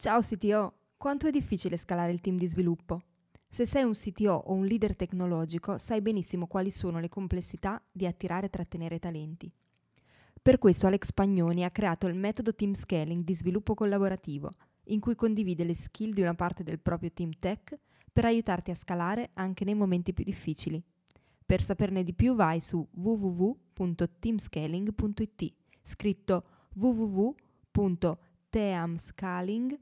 Ciao CTO, quanto è difficile scalare il team di sviluppo? Se sei un CTO o un leader tecnologico, sai benissimo quali sono le complessità di attirare e trattenere talenti. Per questo Alex Pagnoni ha creato il metodo Team Scaling di sviluppo collaborativo, in cui condivide le skill di una parte del proprio team tech per aiutarti a scalare anche nei momenti più difficili. Per saperne di più vai su www.teamscaling.it, scritto www.teamscaling.it.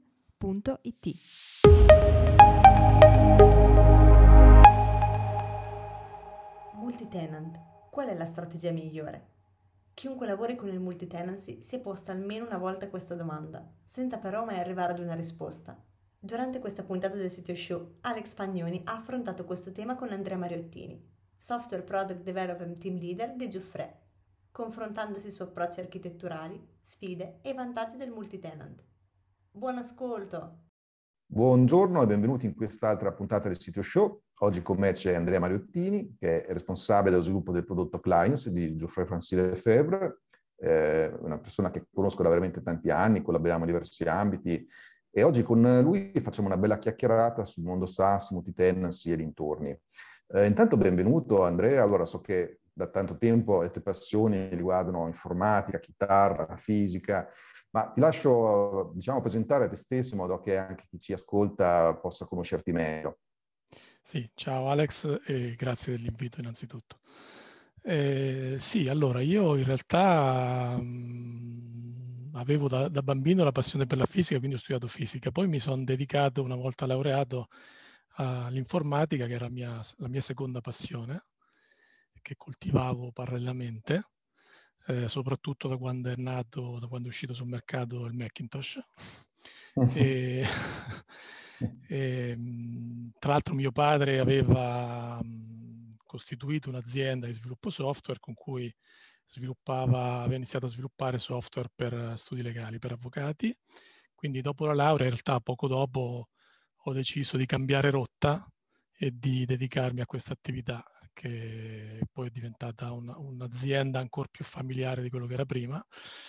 Multitenant. Qual è la strategia migliore? Chiunque lavori con il multitenancy si è posta almeno una volta questa domanda, senza però mai arrivare ad una risposta. Durante questa puntata del sito show, Alex Pagnoni ha affrontato questo tema con Andrea Mariottini, Software Product Development Team Leader di Giuffre, confrontandosi su approcci architetturali, sfide e vantaggi del multitenant. Buon ascolto! Buongiorno e benvenuti in quest'altra puntata del sito show. Oggi con me c'è Andrea Mariottini, che è responsabile dello sviluppo del prodotto Clients di Geoffroy Francis Lefebvre, una persona che conosco da veramente tanti anni, collaboriamo in diversi ambiti e oggi con lui facciamo una bella chiacchierata sul mondo SaaS, multitenancy e dintorni. Intanto benvenuto Andrea, allora so che da tanto tempo le tue passioni riguardano informatica, chitarra, fisica, ma ti lascio, diciamo, presentare te stesso in modo che anche chi ci ascolta possa conoscerti meglio. Sì, ciao Alex e grazie dell'invito innanzitutto. Sì, allora io in realtà avevo da bambino la passione per la fisica, quindi ho studiato fisica, poi mi sono dedicato una volta laureato all'informatica, che era la mia seconda passione, che coltivavo parallelamente, soprattutto da quando da quando è uscito sul mercato il Macintosh. E, tra l'altro mio padre aveva costituito un'azienda di sviluppo software con cui aveva iniziato a sviluppare software per studi legali, per avvocati. Quindi dopo la laurea, in realtà poco dopo, ho deciso di cambiare rotta e di dedicarmi a questa attività, che poi è diventata un'azienda ancora più familiare di quello che era prima,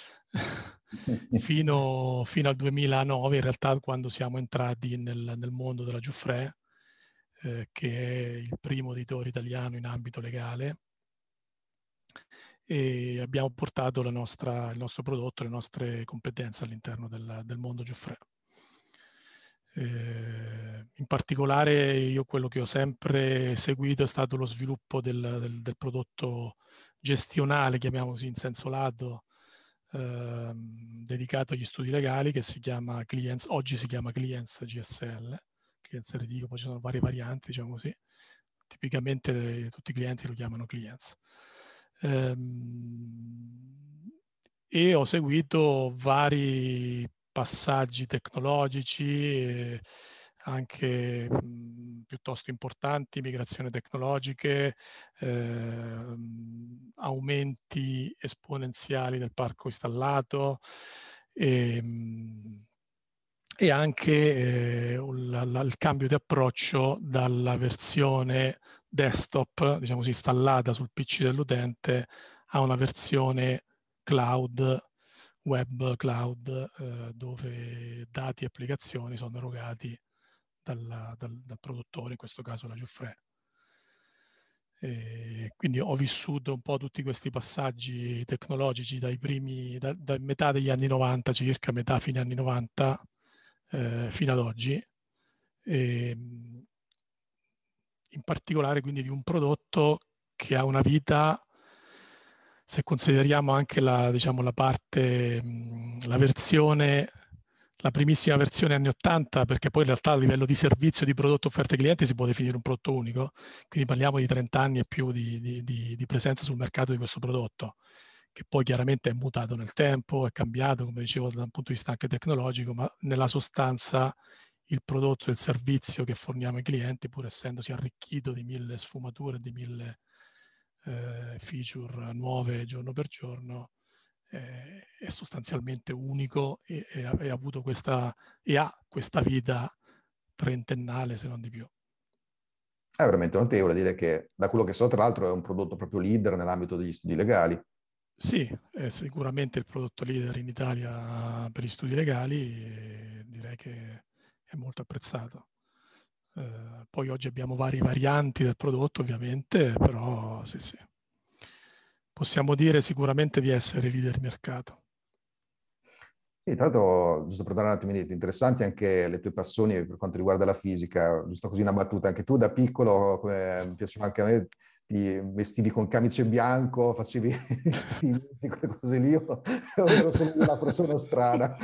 fino al 2009, in realtà, quando siamo entrati nel mondo della Giuffre, che è il primo editore italiano in ambito legale, e abbiamo portato il nostro prodotto, le nostre competenze all'interno del mondo Giuffre. In particolare io quello che ho sempre seguito è stato lo sviluppo del prodotto gestionale, chiamiamo così in senso lato, dedicato agli studi legali, che si chiama Clients, oggi si chiama Clients GSL, Clients RD, poi ci sono varie varianti, diciamo così. Tipicamente tutti i clienti lo chiamano Clients. E ho seguito vari passaggi tecnologici, anche piuttosto importanti, migrazioni tecnologiche, aumenti esponenziali del parco installato e anche il cambio di approccio dalla versione desktop, diciamo così, installata sul PC dell'utente, a una versione cloud, web cloud, dove dati e applicazioni sono erogati dal produttore, in questo caso la Giuffre. Quindi ho vissuto un po' tutti questi passaggi tecnologici da metà degli anni 90, circa metà fine anni 90, fino ad oggi. In particolare quindi di un prodotto che ha una vita, se consideriamo anche la versione, la primissima versione anni 80, perché poi in realtà a livello di servizio, di prodotto offerto ai clienti si può definire un prodotto unico, quindi parliamo di 30 anni e più di presenza sul mercato di questo prodotto, che poi chiaramente è mutato nel tempo, è cambiato, come dicevo, da un punto di vista anche tecnologico, ma nella sostanza il prodotto e il servizio che forniamo ai clienti, pur essendosi arricchito di 1000 sfumature, di 1000 feature nuove giorno per giorno, è sostanzialmente unico e ha avuto e ha questa vita trentennale, se non di più. È veramente notevole dire che, da quello che so, tra l'altro, è un prodotto proprio leader nell'ambito degli studi legali. Sì, è sicuramente il prodotto leader in Italia per gli studi legali e direi che è molto apprezzato. Poi oggi abbiamo varie varianti del prodotto, ovviamente, però sì, sì. Possiamo dire sicuramente di essere leader di mercato. Sì, tra l'altro, giusto per dare un attimo di interessanti anche le tue passioni per quanto riguarda la fisica, giusto così una battuta, anche tu da piccolo, come mi piaceva anche a me, ti vestivi con camice bianco, facevi esperimenti, quelle cose lì, o ero solo io una persona strana?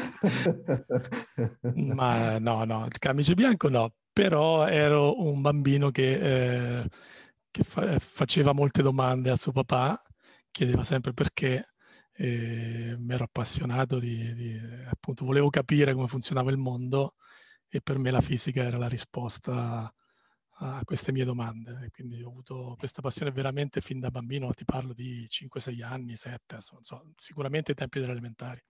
Ma no, il camice bianco no, però ero un bambino che faceva molte domande a suo papà, chiedeva sempre perché, mi ero appassionato appunto, volevo capire come funzionava il mondo e per me la fisica era la risposta a queste mie domande. E quindi ho avuto questa passione veramente fin da bambino, ti parlo di 5-6 anni, 7, non so, sicuramente ai tempi delle elementari.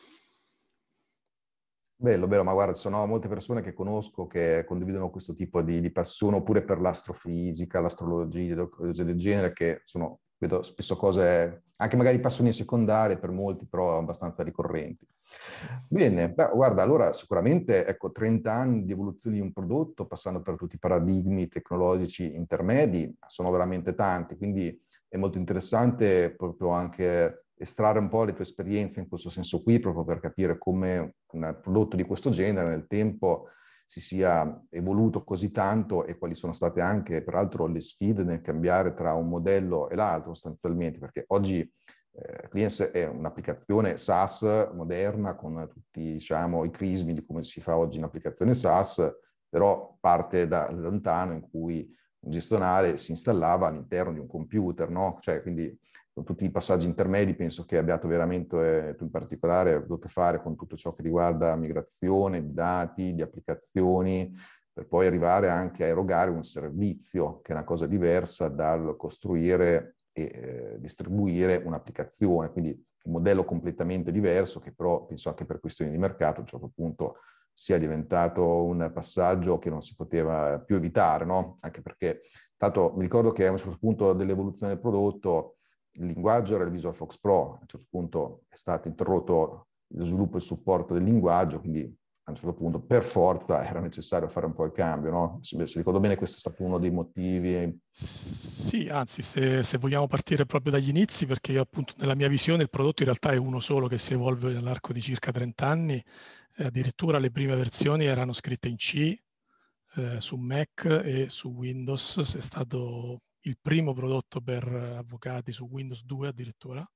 Bello, bello, ma guarda, ci sono molte persone che conosco che condividono questo tipo di passione, oppure per l'astrofisica, l'astrologia, cose del genere, che sono, vedo spesso cose, anche magari passioni secondarie per molti, però abbastanza ricorrenti. Sì. Bene, beh, guarda, allora sicuramente, ecco, 30 anni di evoluzione di un prodotto, passando per tutti i paradigmi tecnologici intermedi, sono veramente tanti, quindi è molto interessante proprio anche estrarre un po' le tue esperienze in questo senso qui, proprio per capire come un prodotto di questo genere nel tempo si sia evoluto così tanto e quali sono state anche, peraltro, le sfide nel cambiare tra un modello e l'altro sostanzialmente, perché oggi Clients è un'applicazione SaaS moderna con tutti, diciamo, i crismi di come si fa oggi in applicazione SaaS, però parte da lontano in cui un gestionale si installava all'interno di un computer, no? Cioè, quindi con tutti i passaggi intermedi penso che abbiate veramente, tu in particolare, avuto a che fare con tutto ciò che riguarda migrazione di dati, di applicazioni, per poi arrivare anche a erogare un servizio, che è una cosa diversa dal costruire e distribuire un'applicazione. Quindi un modello completamente diverso, che però penso anche per questioni di mercato a un certo punto sia diventato un passaggio che non si poteva più evitare, no? Anche perché, tanto mi ricordo che a un certo punto dell'evoluzione del prodotto il linguaggio era il Visual Fox Pro, a un certo punto è stato interrotto lo sviluppo e il supporto del linguaggio, quindi a un certo punto per forza era necessario fare un po' il cambio, no? Se ricordo bene questo è stato uno dei motivi. Sì, anzi, se vogliamo partire proprio dagli inizi, perché io appunto nella mia visione il prodotto in realtà è uno solo che si evolve nell'arco di circa 30 anni, addirittura le prime versioni erano scritte in C, su Mac e su Windows, è stato il primo prodotto per avvocati su Windows 2 addirittura,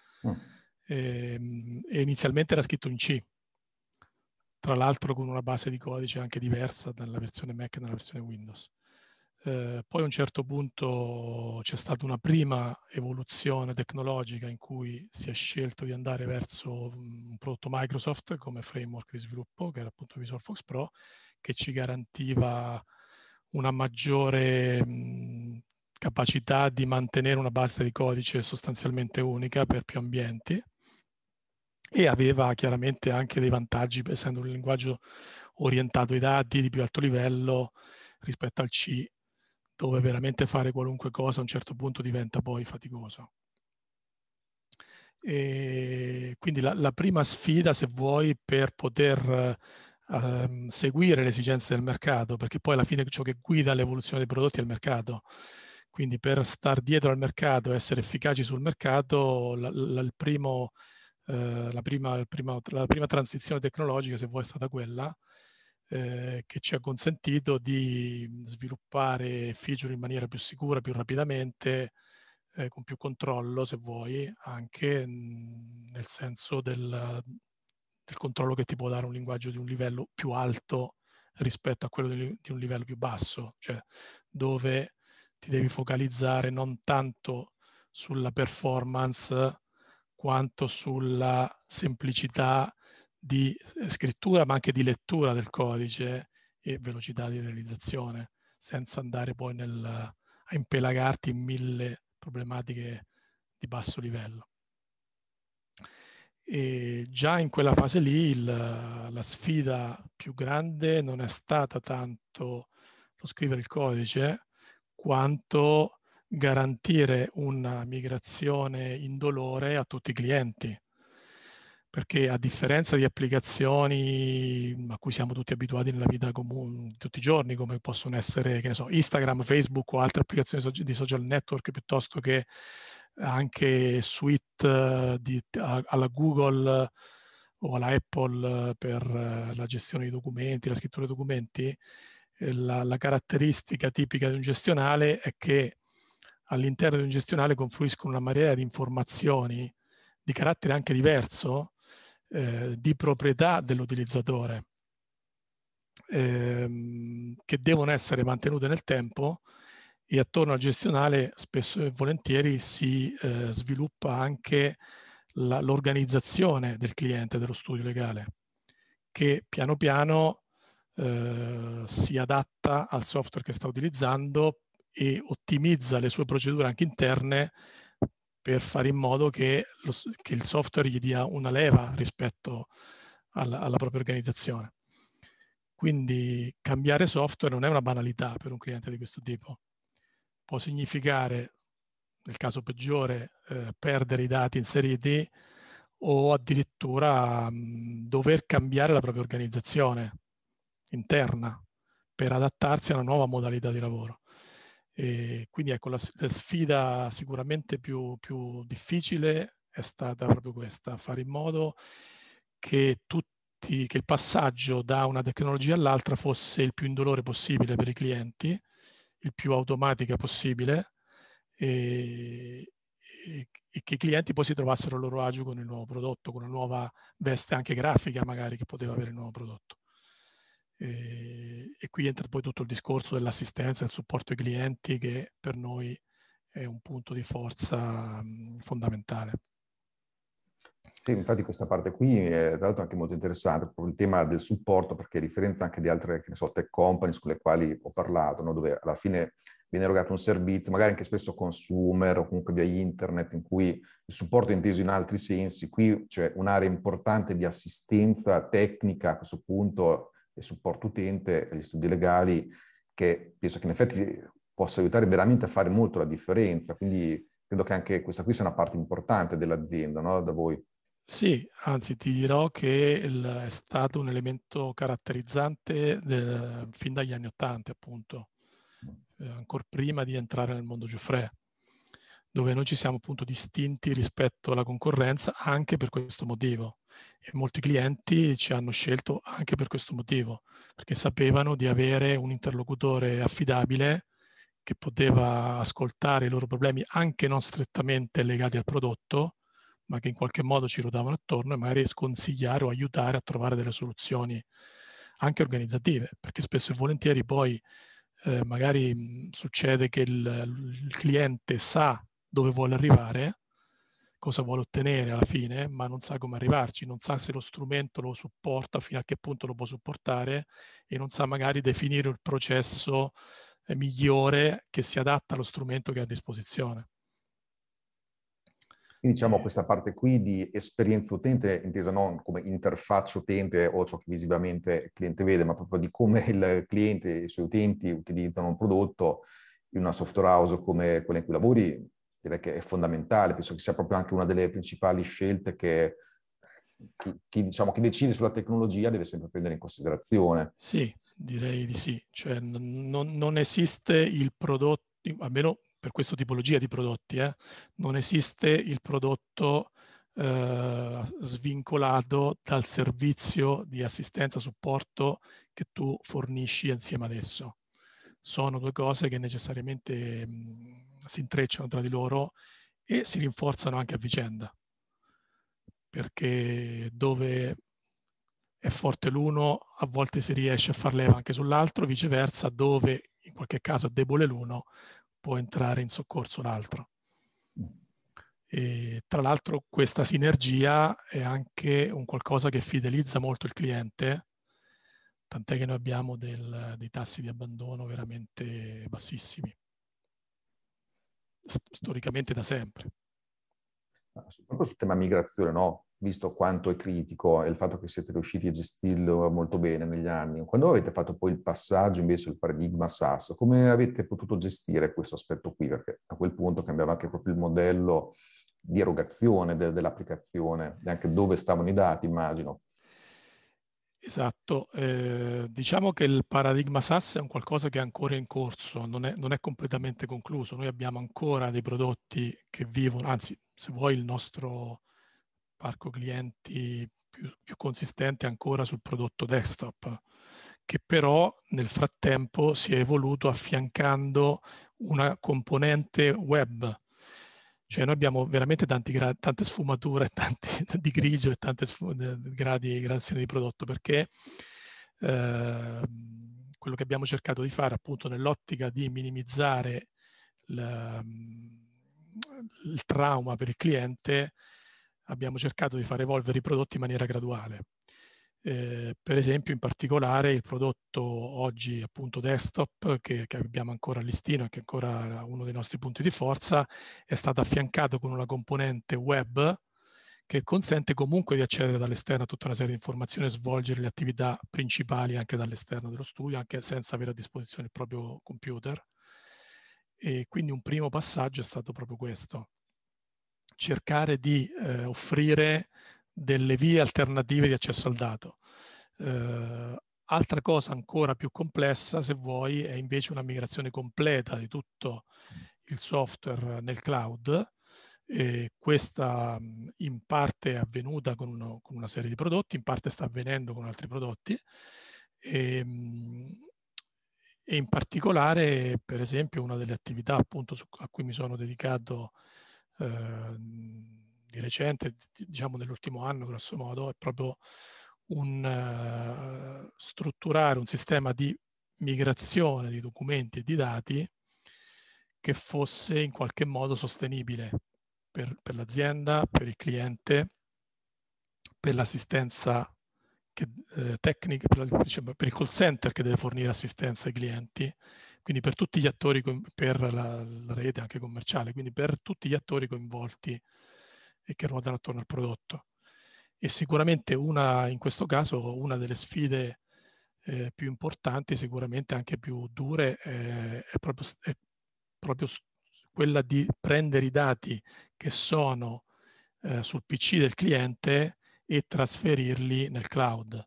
e inizialmente era scritto in C, tra l'altro con una base di codice anche diversa dalla versione Mac e dalla versione Windows. Poi a un certo punto c'è stata una prima evoluzione tecnologica in cui si è scelto di andare verso un prodotto Microsoft come framework di sviluppo, che era appunto Visual Fox Pro, che ci garantiva una maggiore capacità di mantenere una base di codice sostanzialmente unica per più ambienti, e aveva chiaramente anche dei vantaggi, essendo un linguaggio orientato ai dati di più alto livello rispetto al C, dove veramente fare qualunque cosa a un certo punto diventa poi faticoso. E quindi la prima sfida, se vuoi, per poter seguire le esigenze del mercato, perché poi alla fine ciò che guida l'evoluzione dei prodotti è il mercato. Quindi per star dietro al mercato e essere efficaci sul mercato, la prima transizione tecnologica, se vuoi, è stata quella che ci ha consentito di sviluppare feature in maniera più sicura, più rapidamente, con più controllo, se vuoi, anche nel senso del controllo che ti può dare un linguaggio di un livello più alto rispetto a quello di un livello più basso, cioè dove ti devi focalizzare non tanto sulla performance quanto sulla semplicità di scrittura, ma anche di lettura del codice e velocità di realizzazione, senza andare poi a impelagarti in 1000 problematiche di basso livello. E già in quella fase lì la sfida più grande non è stata tanto lo scrivere il codice, quanto garantire una migrazione indolore a tutti i clienti, perché a differenza di applicazioni a cui siamo tutti abituati nella vita comune tutti i giorni, come possono essere, che ne so, Instagram, Facebook o altre applicazioni di social network, piuttosto che anche suite alla Google o alla Apple per la gestione dei documenti, la scrittura dei documenti, la caratteristica tipica di un gestionale è che all'interno di un gestionale confluiscono una marea di informazioni di carattere anche diverso, di proprietà dell'utilizzatore, che devono essere mantenute nel tempo, e attorno al gestionale spesso e volentieri si sviluppa anche l'organizzazione del cliente dello studio legale, che piano piano si adatta al software che sta utilizzando e ottimizza le sue procedure anche interne per fare in modo che il software gli dia una leva rispetto alla propria organizzazione. Quindi cambiare software non è una banalità per un cliente di questo tipo. Può significare, nel caso peggiore, perdere i dati inseriti o addirittura dover cambiare la propria organizzazione interna per adattarsi a una nuova modalità di lavoro. E quindi ecco, la sfida sicuramente più difficile è stata proprio questa: fare in modo che il passaggio da una tecnologia all'altra fosse il più indolore possibile per i clienti, il più automatica possibile, e che i clienti poi si trovassero a loro agio con il nuovo prodotto, con una nuova veste anche grafica magari che poteva avere il nuovo prodotto. E qui entra poi tutto il discorso dell'assistenza e del supporto ai clienti, che per noi è un punto di forza fondamentale. Sì, infatti questa parte qui è tra l'altro anche molto interessante, proprio il tema del supporto, perché a differenza anche di altre, che ne so, tech companies con le quali ho parlato, no, dove alla fine viene erogato un servizio, magari anche spesso consumer o comunque via internet, in cui il supporto è inteso in altri sensi, qui c'è un'area importante di assistenza tecnica a questo punto e supporto utente agli studi legali, che penso che in effetti possa aiutare veramente a fare molto la differenza, quindi credo che anche questa qui sia una parte importante dell'azienda, no, da voi. Sì, anzi ti dirò che è stato un elemento caratterizzante fin dagli anni '80, appunto, ancora prima di entrare nel mondo Giuffre, dove noi ci siamo appunto distinti rispetto alla concorrenza anche per questo motivo. E molti clienti ci hanno scelto anche per questo motivo, perché sapevano di avere un interlocutore affidabile che poteva ascoltare i loro problemi anche non strettamente legati al prodotto, ma che in qualche modo ci ruotavano attorno, e magari sconsigliare o aiutare a trovare delle soluzioni anche organizzative, perché spesso e volentieri poi magari succede che il cliente sa dove vuole arrivare, cosa vuole ottenere alla fine, ma non sa come arrivarci, non sa se lo strumento lo supporta, fino a che punto lo può supportare, e non sa magari definire il processo migliore che si adatta allo strumento che ha a disposizione. Quindi diciamo questa parte qui di esperienza utente, intesa non come interfaccia utente o ciò che visivamente il cliente vede, ma proprio di come il cliente e i suoi utenti utilizzano un prodotto in una software house come quella in cui lavori, direi che è fondamentale. Penso che sia proprio anche una delle principali scelte che chi decide sulla tecnologia deve sempre prendere in considerazione. Sì, direi di sì. Cioè, non esiste il prodotto, almeno per questa tipologia di prodotti, non esiste il prodotto svincolato dal servizio di assistenza, supporto che tu fornisci insieme ad esso. Sono due cose che necessariamente si intrecciano tra di loro e si rinforzano anche a vicenda, perché dove è forte l'uno, a volte si riesce a far leva anche sull'altro, viceversa, dove in qualche caso è debole l'uno, può entrare in soccorso l'altro. E tra l'altro questa sinergia è anche un qualcosa che fidelizza molto il cliente, tant'è che noi abbiamo dei tassi di abbandono veramente bassissimi, storicamente da sempre. Proprio sul tema migrazione, no? visto quanto è critico e il fatto che siete riusciti a gestirlo molto bene negli anni, quando avete fatto poi il passaggio invece al paradigma SaaS, come avete potuto gestire questo aspetto qui? Perché a quel punto cambiava anche proprio il modello di erogazione dell'applicazione, e anche dove stavano i dati, immagino. Esatto, diciamo che il paradigma SaaS è un qualcosa che è ancora in corso, non è completamente concluso. Noi abbiamo ancora dei prodotti che vivono, anzi, se vuoi, il nostro parco clienti più consistente è ancora sul prodotto desktop, che però nel frattempo si è evoluto affiancando una componente web. Cioè noi abbiamo veramente tante sfumature, di grigio e tante gradazioni di prodotto, perché quello che abbiamo cercato di fare appunto nell'ottica di minimizzare il trauma per il cliente, abbiamo cercato di far evolvere i prodotti in maniera graduale. Per esempio, in particolare, il prodotto oggi appunto desktop che abbiamo ancora a listino e che è ancora uno dei nostri punti di forza, è stato affiancato con una componente web che consente comunque di accedere dall'esterno a tutta una serie di informazioni e svolgere le attività principali anche dall'esterno dello studio, anche senza avere a disposizione il proprio computer. E quindi un primo passaggio è stato proprio questo: cercare di offrire delle vie alternative di accesso al dato. Altra cosa ancora più complessa, se vuoi, è invece una migrazione completa di tutto il software nel cloud. Questa in parte è avvenuta con una serie di prodotti, in parte sta avvenendo con altri prodotti. E in particolare, per esempio, una delle attività appunto a cui mi sono dedicato di recente, diciamo nell'ultimo anno grosso modo, è proprio strutturare un sistema di migrazione di documenti e di dati che fosse in qualche modo sostenibile per l'azienda, per il cliente, per l'assistenza tecnica, per il call center che deve fornire assistenza ai clienti, quindi per tutti gli attori, per la rete anche commerciale, quindi per tutti gli attori coinvolti e che ruotano attorno al prodotto. E sicuramente in questo caso una delle sfide più importanti, sicuramente anche più dure, è proprio quella di prendere i dati che sono sul PC del cliente e trasferirli nel cloud.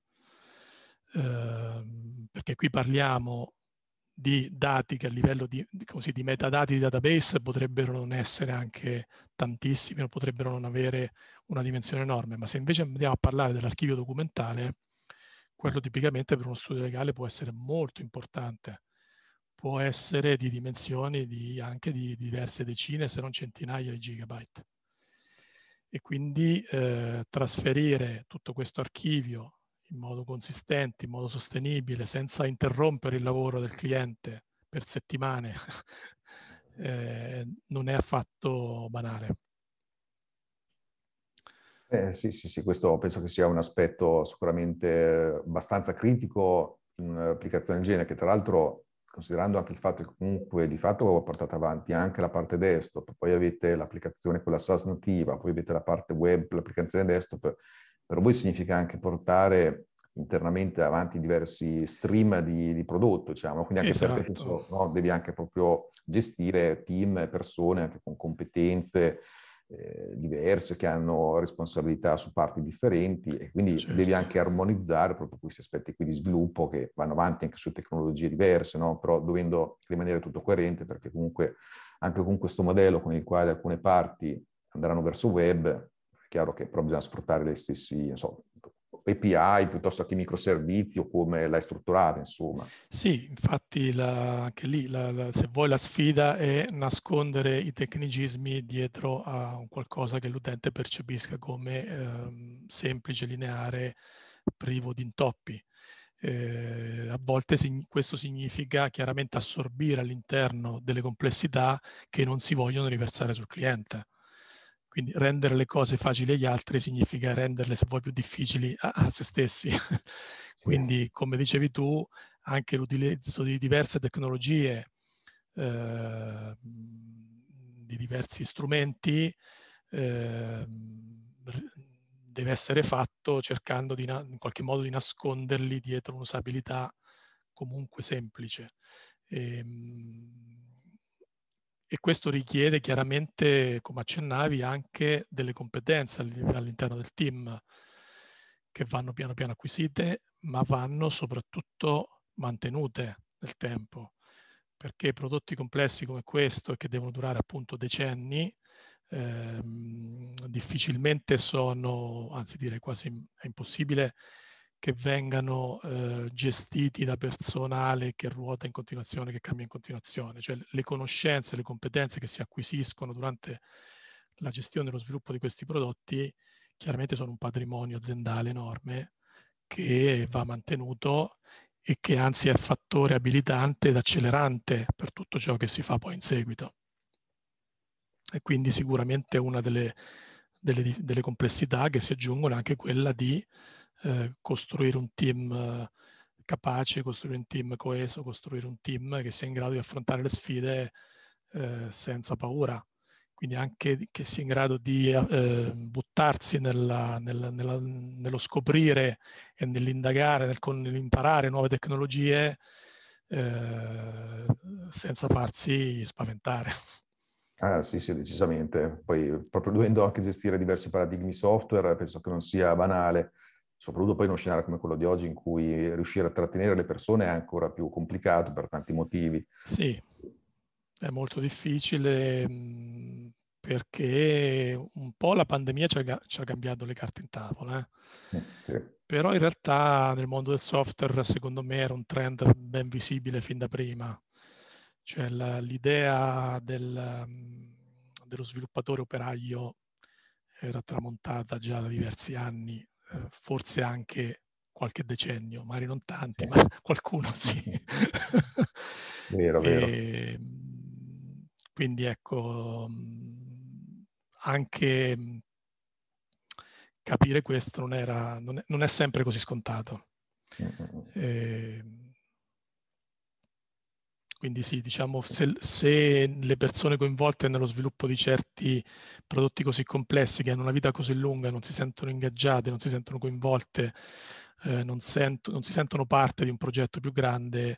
Perché qui parliamo di dati che a livello di metadati di database potrebbero non essere anche tantissimi, o potrebbero non avere una dimensione enorme, ma se invece andiamo a parlare dell'archivio documentale, quello tipicamente per uno studio legale può essere molto importante, può essere di dimensioni anche di diverse decine se non centinaia di gigabyte. E quindi trasferire tutto questo archivio in modo consistente, in modo sostenibile, senza interrompere il lavoro del cliente per settimane, non è affatto banale. Sì, questo penso che sia un aspetto sicuramente abbastanza critico in un'applicazione del genere, che tra l'altro, considerando anche il fatto che comunque di fatto portate avanti anche la parte desktop, poi avete l'applicazione quella SaaS nativa, poi avete la parte web, l'applicazione desktop, per voi significa anche portare internamente avanti diversi stream di prodotto, diciamo, quindi anche per te penso, no, devi anche proprio gestire team, persone anche con competenze diverse che hanno responsabilità su parti differenti e quindi devi anche armonizzare proprio questi aspetti qui di sviluppo che vanno avanti anche su tecnologie diverse, no? Però dovendo rimanere tutto coerente perché comunque anche con questo modello con il quale alcune parti andranno verso web, è chiaro che però bisogna sfruttare le stessi, non so, API piuttosto che microservizi o come l'hai strutturata, insomma. Sì, infatti anche lì, se vuoi, la sfida è nascondere i tecnicismi dietro a un qualcosa che l'utente percepisca come semplice, lineare, privo di intoppi. A volte questo significa chiaramente assorbire all'interno delle complessità che non si vogliono riversare sul cliente. Quindi rendere le cose facili agli altri significa renderle, se vuoi, più difficili a se stessi. Quindi, come dicevi tu, anche l'utilizzo di diverse tecnologie, di diversi strumenti, deve essere fatto cercando in qualche modo di nasconderli dietro un'usabilità comunque semplice. E questo richiede chiaramente, come accennavi, anche delle competenze all'interno del team che vanno piano piano acquisite, ma vanno soprattutto mantenute nel tempo, perché prodotti complessi come questo, che devono durare appunto decenni, difficilmente sono, anzi direi quasi è impossibile che vengano gestiti da personale che ruota in continuazione, che cambia in continuazione. Cioè le conoscenze, le competenze che si acquisiscono durante la gestione e lo sviluppo di questi prodotti chiaramente sono un patrimonio aziendale enorme che va mantenuto e che anzi è fattore abilitante ed accelerante per tutto ciò che si fa poi in seguito. E quindi sicuramente una delle complessità che si aggiungono è anche quella di costruire un team capace, costruire un team coeso, costruire un team che sia in grado di affrontare le sfide senza paura. Quindi anche che sia in grado di buttarsi nello scoprire e nell'indagare, nell'imparare nuove tecnologie senza farsi spaventare. Ah, sì, sì, decisamente. Poi, proprio dovendo anche gestire diversi paradigmi software, penso che non sia banale, soprattutto poi in uno scenario come quello di oggi, in cui riuscire a trattenere le persone è ancora più complicato per tanti motivi. Sì, è molto difficile perché un po' la pandemia ci ha cambiato le carte in tavola. Sì. Però in realtà nel mondo del software, secondo me, era un trend ben visibile fin da prima. Cioè l'idea dello sviluppatore operaio era tramontata già da diversi anni, forse anche qualche decennio, magari non tanti, ma qualcuno sì. Vero, vero. Quindi ecco, anche capire questo non è sempre così scontato. Quindi sì, diciamo, se le persone coinvolte nello sviluppo di certi prodotti così complessi, che hanno una vita così lunga, non si sentono ingaggiate, non si sentono coinvolte, non si sentono parte di un progetto più grande,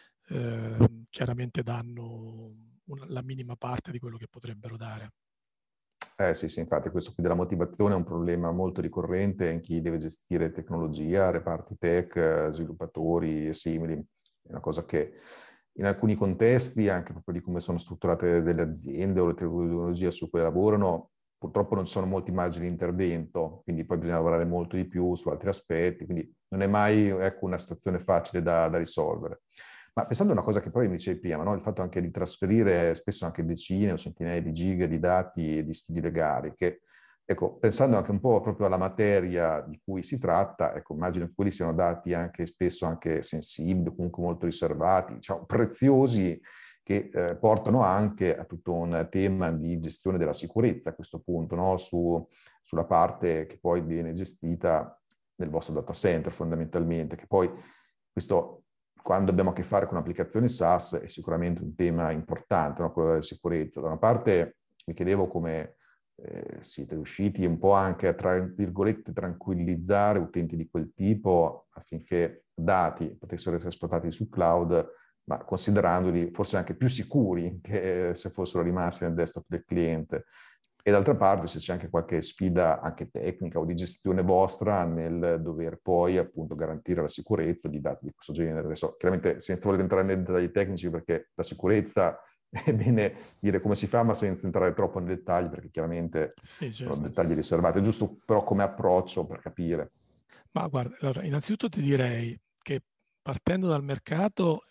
chiaramente danno la minima parte di quello che potrebbero dare. Sì, sì, infatti questo qui della motivazione è un problema molto ricorrente in chi deve gestire tecnologia, reparti tech, sviluppatori e simili. È una cosa che in alcuni contesti, anche proprio di come sono strutturate delle aziende o le tecnologie su cui lavorano, purtroppo non ci sono molti margini di intervento, quindi poi bisogna lavorare molto di più su altri aspetti, quindi non è mai, ecco, una situazione facile da risolvere. Ma pensando a una cosa che poi mi dicevi prima, no? Il fatto anche di trasferire spesso anche decine o centinaia di giga di dati e di studi legali, che, ecco, pensando anche un po' proprio alla materia di cui si tratta, ecco, immagino che quelli siano dati anche spesso anche sensibili, comunque molto riservati, diciamo, preziosi, che portano anche a tutto un tema di gestione della sicurezza a questo punto, no? Sulla parte che poi viene gestita nel vostro data center fondamentalmente, che poi questo, quando abbiamo a che fare con applicazioni SaaS, è sicuramente un tema importante, no? Quello della sicurezza. Da una parte mi chiedevo come siete riusciti un po' anche a, tra virgolette, tranquillizzare utenti di quel tipo affinché dati potessero essere esportati sul cloud, ma considerandoli forse anche più sicuri che se fossero rimasti nel desktop del cliente. E d'altra parte se c'è anche qualche sfida anche tecnica o di gestione vostra nel dover poi appunto garantire la sicurezza di dati di questo genere. Adesso chiaramente senza voler entrare nei dettagli tecnici, perché la sicurezza è bene dire come si fa, ma senza entrare troppo nei dettagli, perché chiaramente sì, certo, sono dettagli riservati, è giusto però come approccio per capire. Ma guarda, allora, innanzitutto ti direi che partendo dal mercato,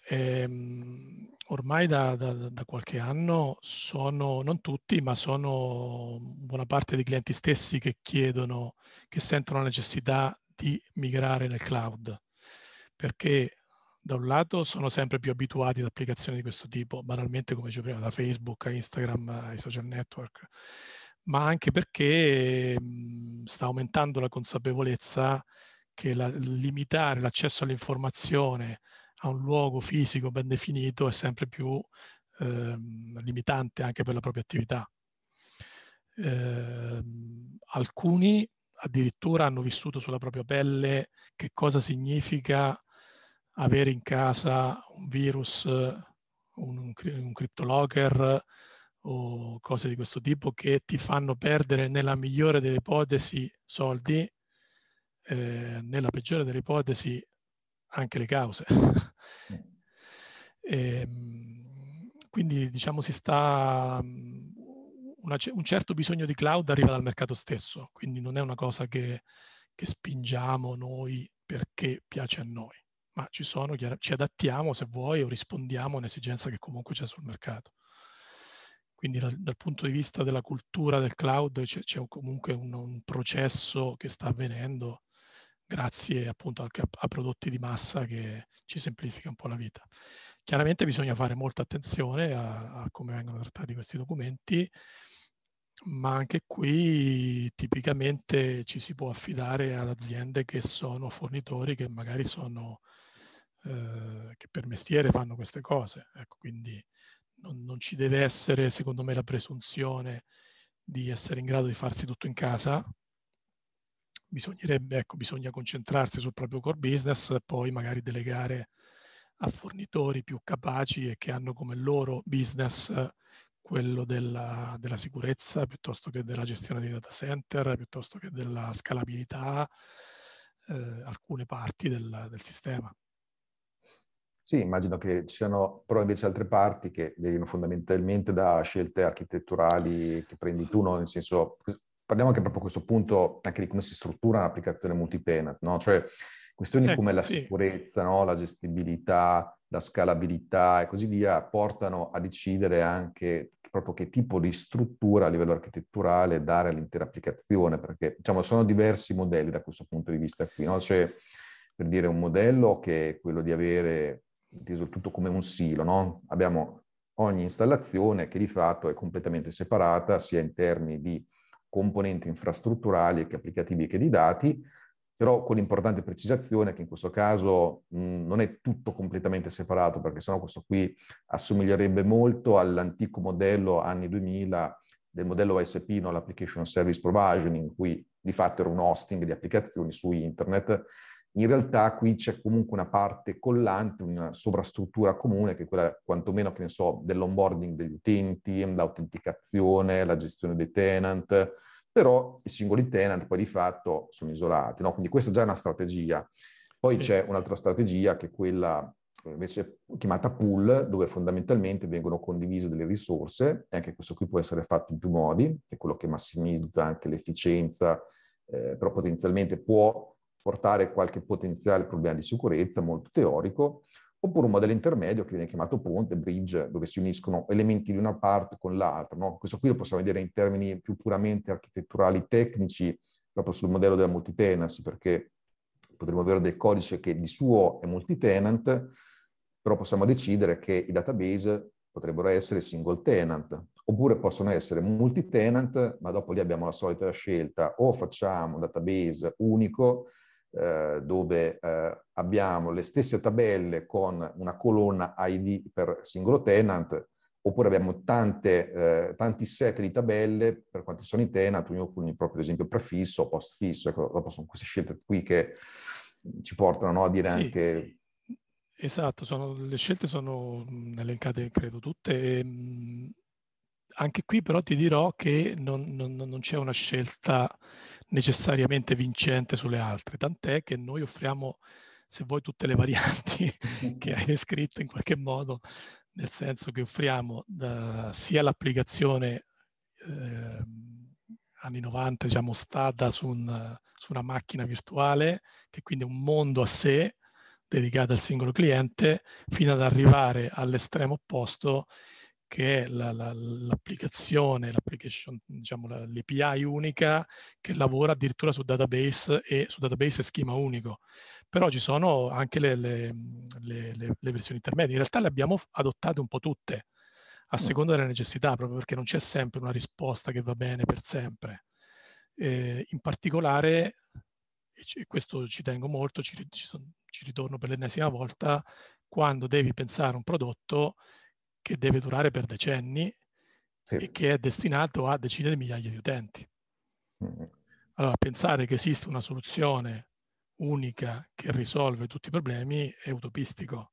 ormai da qualche anno sono, non tutti, ma sono buona parte dei clienti stessi che chiedono, che sentono la necessità di migrare nel cloud, perché da un lato sono sempre più abituati ad applicazioni di questo tipo, banalmente come dicevo prima, da Facebook a Instagram ai social network, ma anche perché sta aumentando la consapevolezza che limitare l'accesso all'informazione a un luogo fisico ben definito è sempre più limitante anche per la propria attività. Alcuni addirittura hanno vissuto sulla propria pelle che cosa significa avere in casa un virus, un CryptoLocker o cose di questo tipo che ti fanno perdere, nella migliore delle ipotesi, soldi, nella peggiore delle ipotesi anche le cause. Quindi diciamo si sta un certo bisogno di cloud arriva dal mercato stesso, quindi non è una cosa che spingiamo noi perché piace a noi, ma ci adattiamo se vuoi o rispondiamo a un'esigenza che comunque c'è sul mercato. Quindi dal punto di vista della cultura del cloud c'è comunque un processo che sta avvenendo grazie appunto anche a prodotti di massa che ci semplifica un po' la vita. Chiaramente bisogna fare molta attenzione a come vengono trattati questi documenti, ma anche qui tipicamente ci si può affidare ad aziende che sono fornitori che magari sono che per mestiere fanno queste cose. Ecco, quindi non ci deve essere, secondo me, la presunzione di essere in grado di farsi tutto in casa. Bisogna concentrarsi sul proprio core business e poi magari delegare a fornitori più capaci e che hanno come loro business quello della sicurezza piuttosto che della gestione dei data center, piuttosto che della scalabilità, alcune parti del sistema. Sì, immagino che ci siano però invece altre parti che derivano fondamentalmente da scelte architetturali che prendi tu, no? Nel senso, parliamo anche proprio a questo punto anche di come si struttura un'applicazione multi-tenant, no? Cioè questioni come la sicurezza, no? La gestibilità, la scalabilità e così via portano a decidere anche proprio che tipo di struttura a livello architetturale dare all'intera applicazione, perché diciamo sono diversi modelli da questo punto di vista qui, no? C'è per dire un modello che è quello di avere inteso tutto come un silo, no? Abbiamo ogni installazione che di fatto è completamente separata sia in termini di componenti infrastrutturali che applicativi che di dati, però con l'importante precisazione che in questo caso non è tutto completamente separato, perché sennò questo qui assomiglierebbe molto all'antico modello anni 2000 del modello OSP, no? l'Application Service Provisioning, in cui di fatto era un hosting di applicazioni su internet. In realtà qui c'è comunque una parte collante, una sovrastruttura comune che è quella quantomeno, che ne so, dell'onboarding degli utenti, l'autenticazione, la gestione dei tenant, però i singoli tenant poi di fatto sono isolati, no? Quindi questa già è una strategia. Poi c'è un'altra strategia che è quella invece chiamata pool, dove fondamentalmente vengono condivise delle risorse, e anche questo qui può essere fatto in più modi, che è quello che massimizza anche l'efficienza, però potenzialmente può portare qualche potenziale problema di sicurezza molto teorico, oppure un modello intermedio che viene chiamato ponte, bridge, dove si uniscono elementi di una parte con l'altra, no? Questo qui lo possiamo vedere in termini più puramente architetturali tecnici, proprio sul modello della multitenancy, perché potremmo avere del codice che di suo è multitenant, però possiamo decidere che i database potrebbero essere single tenant, oppure possono essere multi-tenant, ma dopo lì abbiamo la solita scelta, o facciamo un database unico, dove abbiamo le stesse tabelle con una colonna ID per singolo tenant, oppure abbiamo tanti set di tabelle per quanti sono i tenant, ognuno con il proprio esempio prefisso o postfisso. Ecco, dopo sono queste scelte qui che ci portano, no, a dire anche... Esatto, le scelte sono elencate credo tutte. Anche qui però ti dirò che non c'è una scelta necessariamente vincente sulle altre, tant'è che noi offriamo, se vuoi, tutte le varianti che hai descritto in qualche modo, nel senso che offriamo sia l'applicazione anni 90, diciamo, stata su una macchina virtuale, che quindi è un mondo a sé, dedicato al singolo cliente, fino ad arrivare all'estremo opposto, che è l'application, diciamo, l'API unica che lavora addirittura su database e schema unico. Però ci sono anche le versioni intermedie. In realtà le abbiamo adottate un po' tutte, a seconda delle necessità, proprio perché non c'è sempre una risposta che va bene per sempre. In particolare, e questo ci tengo molto, ci ritorno per l'ennesima volta, quando devi pensare a un prodotto che deve durare per decenni e che è destinato a decine di migliaia di utenti. Allora, pensare che esiste una soluzione unica che risolve tutti i problemi è utopistico.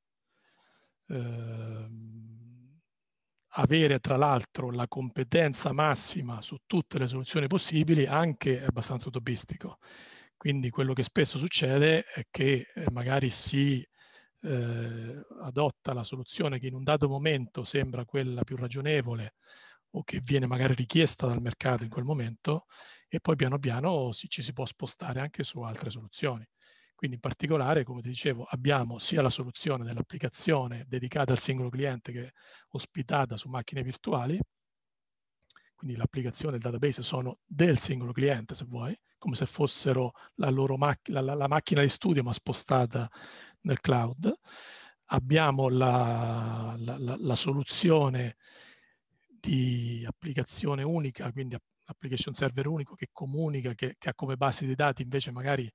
Avere tra l'altro la competenza massima su tutte le soluzioni possibili anche è abbastanza utopistico. Quindi quello che spesso succede è che magari si adotta la soluzione che in un dato momento sembra quella più ragionevole o che viene magari richiesta dal mercato in quel momento, e poi piano piano ci si può spostare anche su altre soluzioni. Quindi in particolare, come ti dicevo, abbiamo sia la soluzione dell'applicazione dedicata al singolo cliente che è ospitata su macchine virtuali, quindi l'applicazione e il database sono del singolo cliente, se vuoi, come se fossero la loro la macchina di studio ma spostata nel cloud. Abbiamo la soluzione di applicazione unica, quindi application server unico che comunica, che ha come base di dati invece magari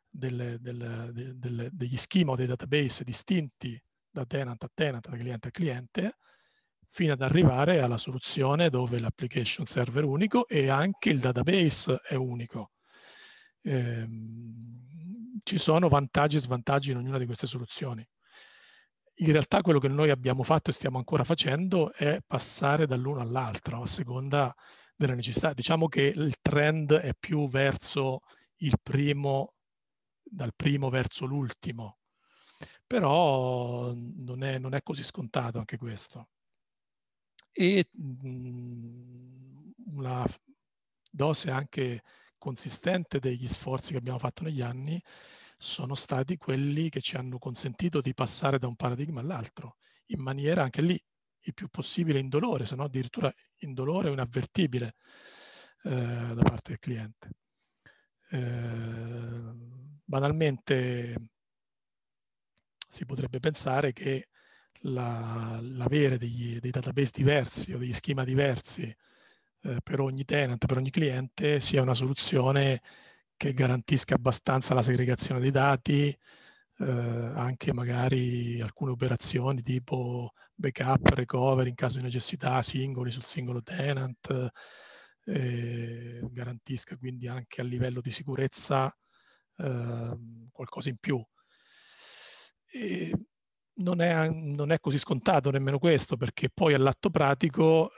degli schema o dei database distinti da tenant a tenant, da cliente a cliente, fino ad arrivare alla soluzione dove l'application server è unico e anche il database è unico. Ci sono vantaggi e svantaggi in ognuna di queste soluzioni. In realtà quello che noi abbiamo fatto e stiamo ancora facendo è passare dall'uno all'altro a seconda della necessità. Diciamo che il trend è più verso il primo, dal primo verso l'ultimo, però non è così scontato anche questo. E una dose anche consistente degli sforzi che abbiamo fatto negli anni sono stati quelli che ci hanno consentito di passare da un paradigma all'altro, in maniera anche lì il più possibile indolore, se no addirittura indolore o inavvertibile da parte del cliente. Banalmente si potrebbe pensare che l'avere dei database diversi o degli schema diversi per ogni tenant, per ogni cliente, sia una soluzione che garantisca abbastanza la segregazione dei dati, anche magari alcune operazioni tipo backup, recovery in caso di necessità, singoli sul singolo tenant, garantisca quindi anche a livello di sicurezza qualcosa in più. E non è così scontato nemmeno questo, perché poi all'atto pratico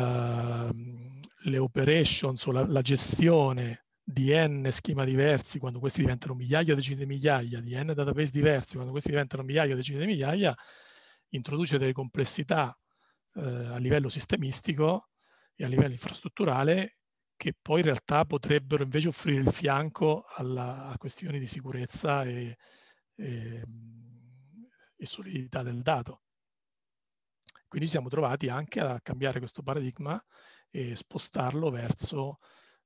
le operations o la gestione di n schema diversi, quando questi diventano migliaia o decine di migliaia, di n database diversi, quando questi diventano migliaia o decine di migliaia, introduce delle complessità a livello sistemistico e a livello infrastrutturale che poi in realtà potrebbero invece offrire il fianco a questioni di sicurezza e solidità del dato. Quindi siamo trovati anche a cambiare questo paradigma e spostarlo verso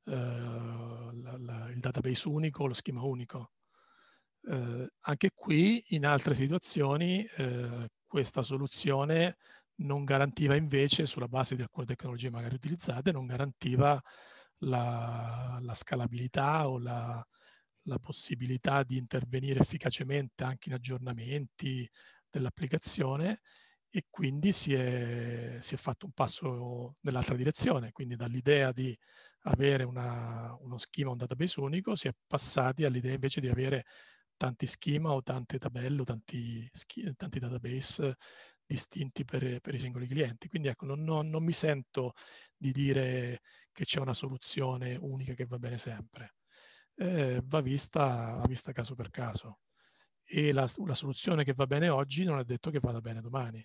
il database unico, lo schema unico. Anche qui, in altre situazioni, questa soluzione non garantiva invece, sulla base di alcune tecnologie magari utilizzate, non garantiva la scalabilità o la possibilità di intervenire efficacemente anche in aggiornamenti dell'applicazione, e quindi si è fatto un passo nell'altra direzione, quindi dall'idea di avere uno schema, un database unico, si è passati all'idea invece di avere tanti schema o tante tabelle o tanti database distinti per i singoli clienti. Quindi ecco, non mi sento di dire che c'è una soluzione unica che va bene sempre. Va vista caso per caso. E la soluzione che va bene oggi non è detto che vada bene domani.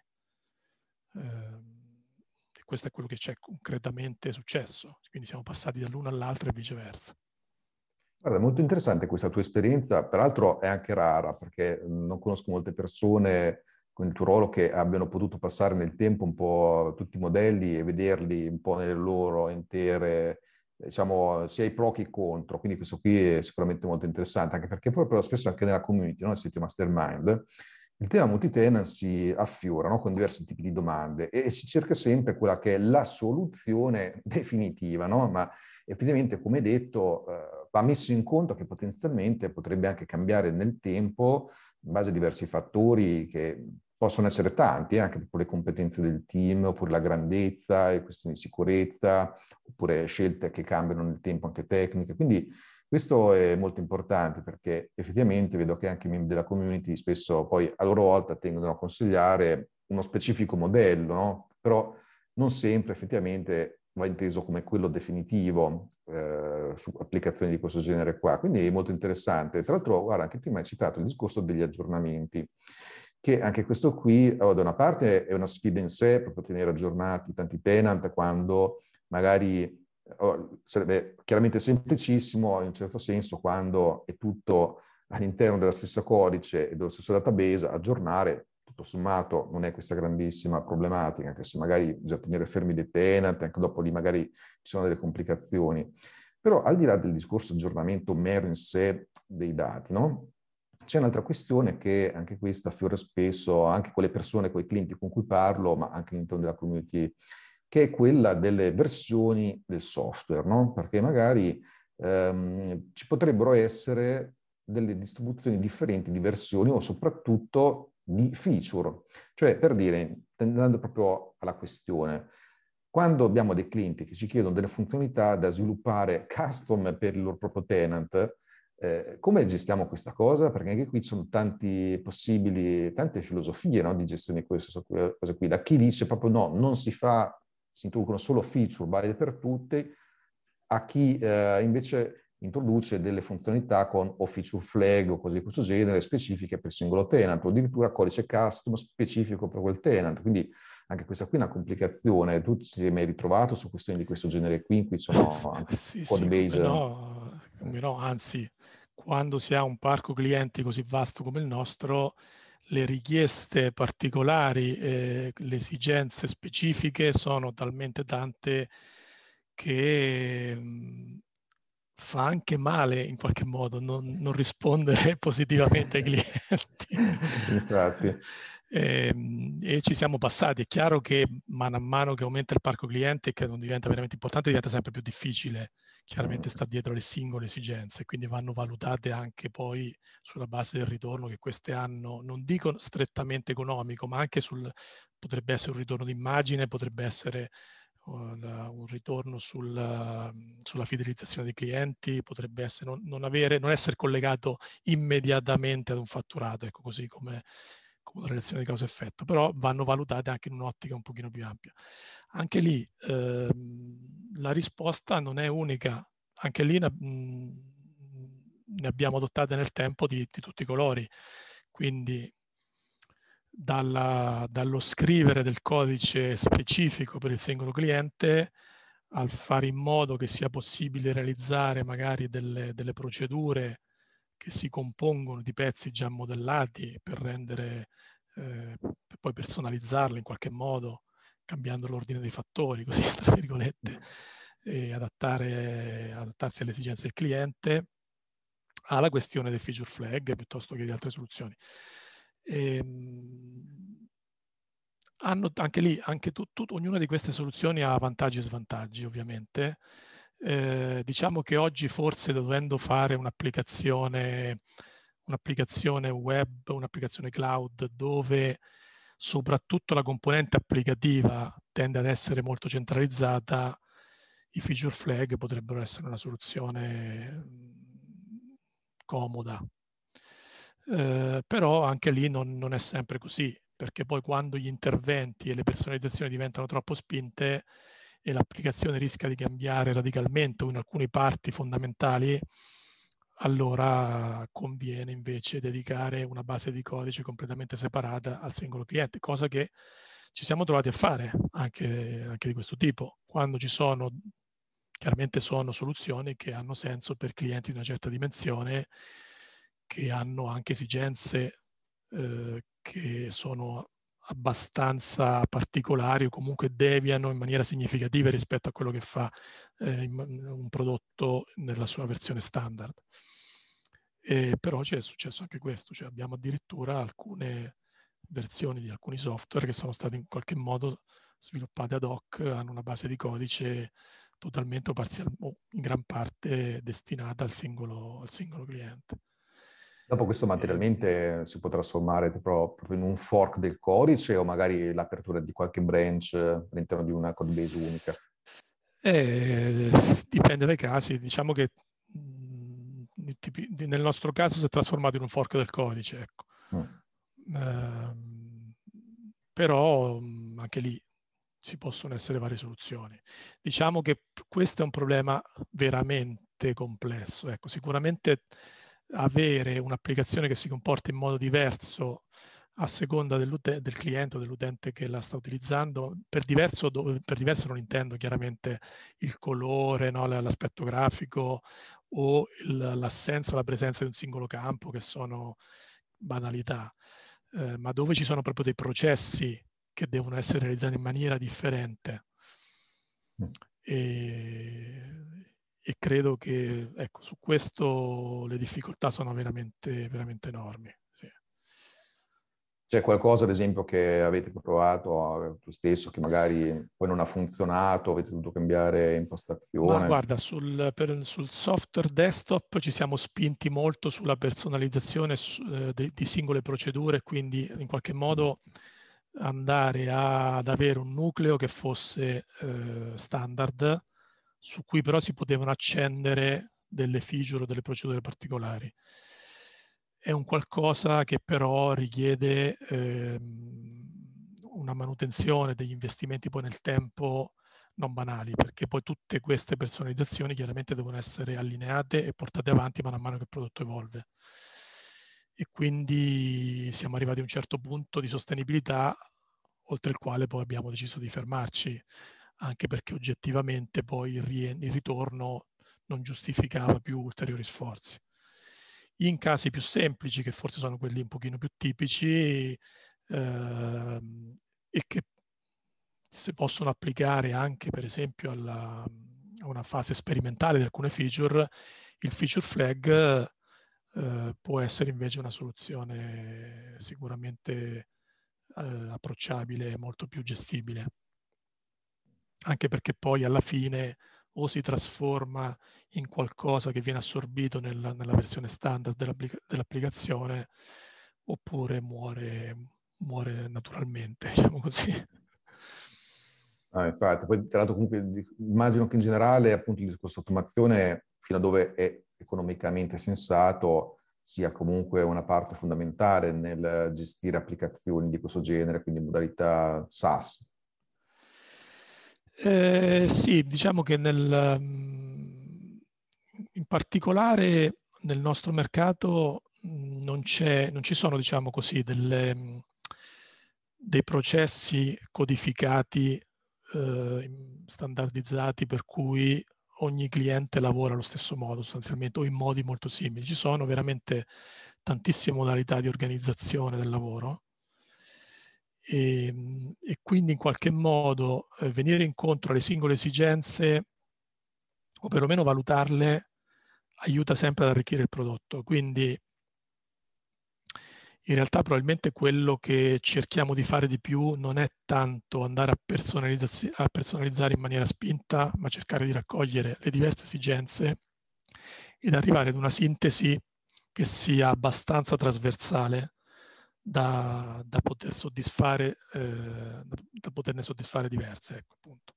Questo è quello che c'è concretamente successo. Quindi siamo passati dall'uno all'altro e viceversa. Guarda, molto interessante questa tua esperienza, peraltro è anche rara perché non conosco molte persone con il tuo ruolo che abbiano potuto passare nel tempo un po' tutti i modelli e vederli un po' nelle loro intere, diciamo, sia i pro che i contro. Quindi questo qui è sicuramente molto interessante, anche perché proprio spesso anche nella community, no? Nel sito Mastermind, il tema multi-tenant si affiora, no? Con diversi tipi di domande e si cerca sempre quella che è la soluzione definitiva, no? Ma effettivamente, come detto, va messo in conto che potenzialmente potrebbe anche cambiare nel tempo in base a diversi fattori che possono essere tanti, anche per le competenze del team, oppure la grandezza, le questioni di sicurezza, oppure scelte che cambiano nel tempo anche tecniche. Quindi Questo è molto importante perché effettivamente vedo che anche i membri della community spesso poi a loro volta tendono a consigliare uno specifico modello, no? Però non sempre effettivamente va inteso come quello definitivo su applicazioni di questo genere qua. Quindi è molto interessante. Tra l'altro, guarda, anche prima hai citato il discorso degli aggiornamenti, che anche questo qui, da una parte, è una sfida in sé, proprio tenere aggiornati tanti tenant quando magari sarebbe chiaramente semplicissimo in un certo senso quando è tutto all'interno della stessa codice e dello stesso database, aggiornare tutto sommato non è questa grandissima problematica, anche se magari bisogna tenere fermi dei tenant, anche dopo lì magari ci sono delle complicazioni. Però al di là del discorso aggiornamento mero in sé dei dati, no? C'è un'altra questione che anche questa affiora spesso anche con le persone, con i clienti con cui parlo, ma anche all'interno della community, che è quella delle versioni del software, no? Perché magari ci potrebbero essere delle distribuzioni differenti di versioni o soprattutto di feature. Cioè, per dire, andando proprio alla questione, quando abbiamo dei clienti che ci chiedono delle funzionalità da sviluppare custom per il loro proprio tenant, come gestiamo questa cosa? Perché anche qui ci sono tante filosofie, no, di gestione di queste cose qui. Da chi dice proprio no, non si fa, si introducono solo feature valide per tutti, a chi invece introduce delle funzionalità con o feature flag o cose di questo genere specifiche per il singolo tenant, o addirittura codice custom specifico per quel tenant. Quindi anche questa qui è una complicazione. Tu ci sei mai ritrovato su questioni di questo genere qui, in cui sono anche code base? Come no, anzi, quando si ha un parco clienti così vasto come il nostro, le richieste particolari, le esigenze specifiche sono talmente tante che fa anche male in qualche modo non rispondere positivamente ai clienti. Infatti. E ci siamo passati. È chiaro che mano a mano che aumenta il parco clienti e che non diventa veramente importante, diventa sempre più difficile chiaramente sta dietro le singole esigenze, quindi vanno valutate anche poi sulla base del ritorno che queste hanno, non dico strettamente economico, ma anche potrebbe essere un ritorno d'immagine, potrebbe essere un ritorno sulla fidelizzazione dei clienti, potrebbe essere non essere collegato immediatamente ad un fatturato, ecco, così come una relazione di causa-effetto, però vanno valutate anche in un'ottica un pochino più ampia. Anche lì la risposta non è unica, anche lì ne abbiamo adottate nel tempo di tutti i colori, quindi dallo scrivere del codice specifico per il singolo cliente al fare in modo che sia possibile realizzare magari delle procedure che si compongono di pezzi già modellati per rendere, per poi personalizzarli in qualche modo, cambiando l'ordine dei fattori, così tra virgolette, e adattarsi alle esigenze del cliente, alla questione del feature flag piuttosto che di altre soluzioni. Hanno anche lì, ognuna di queste soluzioni ha vantaggi e svantaggi, ovviamente. Diciamo che oggi forse dovendo fare un'applicazione web, un'applicazione cloud, dove soprattutto la componente applicativa tende ad essere molto centralizzata, i feature flag potrebbero essere una soluzione comoda. Però anche lì non è sempre così, perché poi quando gli interventi e le personalizzazioni diventano troppo spinte e l'applicazione rischia di cambiare radicalmente o in alcune parti fondamentali, allora conviene invece dedicare una base di codice completamente separata al singolo cliente, cosa che ci siamo trovati a fare anche di questo tipo, quando ci sono, chiaramente sono soluzioni che hanno senso per clienti di una certa dimensione, che hanno anche esigenze che sono abbastanza particolari o comunque deviano in maniera significativa rispetto a quello che fa un prodotto nella sua versione standard. Però c'è successo anche questo, cioè abbiamo addirittura alcune versioni di alcuni software che sono state in qualche modo sviluppate ad hoc, hanno una base di codice totalmente o in gran parte destinata al singolo cliente. Dopo questo materialmente si può trasformare proprio in un fork del codice o magari l'apertura di qualche branch all'interno di una code base unica? Dipende dai casi. Diciamo che nel nostro caso si è trasformato in un fork del codice, ecco. Però anche lì ci possono essere varie soluzioni. Diciamo che questo è un problema veramente complesso. Ecco, sicuramente avere un'applicazione che si comporta in modo diverso a seconda del cliente o dell'utente che la sta utilizzando, per diverso non intendo chiaramente il colore, no, l'aspetto grafico o l'assenza o la presenza di un singolo campo, che sono banalità, ma dove ci sono proprio dei processi che devono essere realizzati in maniera differente. E credo che, ecco, su questo le difficoltà sono veramente, veramente enormi. Sì. C'è qualcosa, ad esempio, che avete provato tu stesso, che magari poi non ha funzionato, avete dovuto cambiare impostazione? Ma guarda, sul software desktop ci siamo spinti molto sulla personalizzazione di singole procedure, quindi in qualche modo andare ad avere un nucleo che fosse standard, su cui però si potevano accendere delle feature o delle procedure particolari. È un qualcosa che però richiede una manutenzione degli investimenti poi nel tempo non banali, perché poi tutte queste personalizzazioni chiaramente devono essere allineate e portate avanti man mano che il prodotto evolve. E quindi siamo arrivati a un certo punto di sostenibilità oltre il quale poi abbiamo deciso di fermarci, anche perché oggettivamente poi il ritorno non giustificava più ulteriori sforzi. In casi più semplici, che forse sono quelli un pochino più tipici, e che si possono applicare anche per esempio a una fase sperimentale di alcune feature, il feature flag può essere invece una soluzione sicuramente approcciabile e molto più gestibile, anche perché poi alla fine o si trasforma in qualcosa che viene assorbito nella versione standard dell'applicazione, oppure muore naturalmente, diciamo così. Infatti, poi tra l'altro comunque immagino che in generale appunto il discorso automazione, fino a dove è economicamente sensato, sia comunque una parte fondamentale nel gestire applicazioni di questo genere, quindi in modalità SaaS. Sì, diciamo che in particolare nel nostro mercato non ci sono, diciamo così, dei processi codificati, standardizzati, per cui ogni cliente lavora allo stesso modo sostanzialmente o in modi molto simili. Ci sono veramente tantissime modalità di organizzazione del lavoro e quindi in qualche modo venire incontro alle singole esigenze o perlomeno valutarle aiuta sempre ad arricchire il prodotto. Quindi in realtà probabilmente quello che cerchiamo di fare di più non è tanto andare a personalizzare in maniera spinta, ma cercare di raccogliere le diverse esigenze ed arrivare ad una sintesi che sia abbastanza trasversale da poter soddisfare, da poterne soddisfare diverse, ecco, appunto.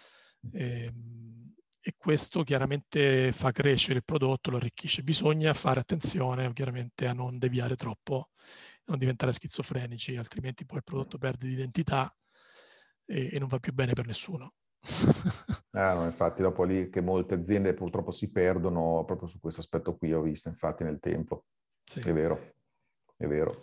E questo chiaramente fa crescere il prodotto, lo arricchisce. Bisogna fare attenzione chiaramente a non deviare troppo, non diventare schizofrenici, altrimenti poi il prodotto perde di identità e non va più bene per nessuno. No, infatti dopo lì che molte aziende purtroppo si perdono proprio su questo aspetto qui, ho visto infatti nel tempo. Sì. È vero, è vero.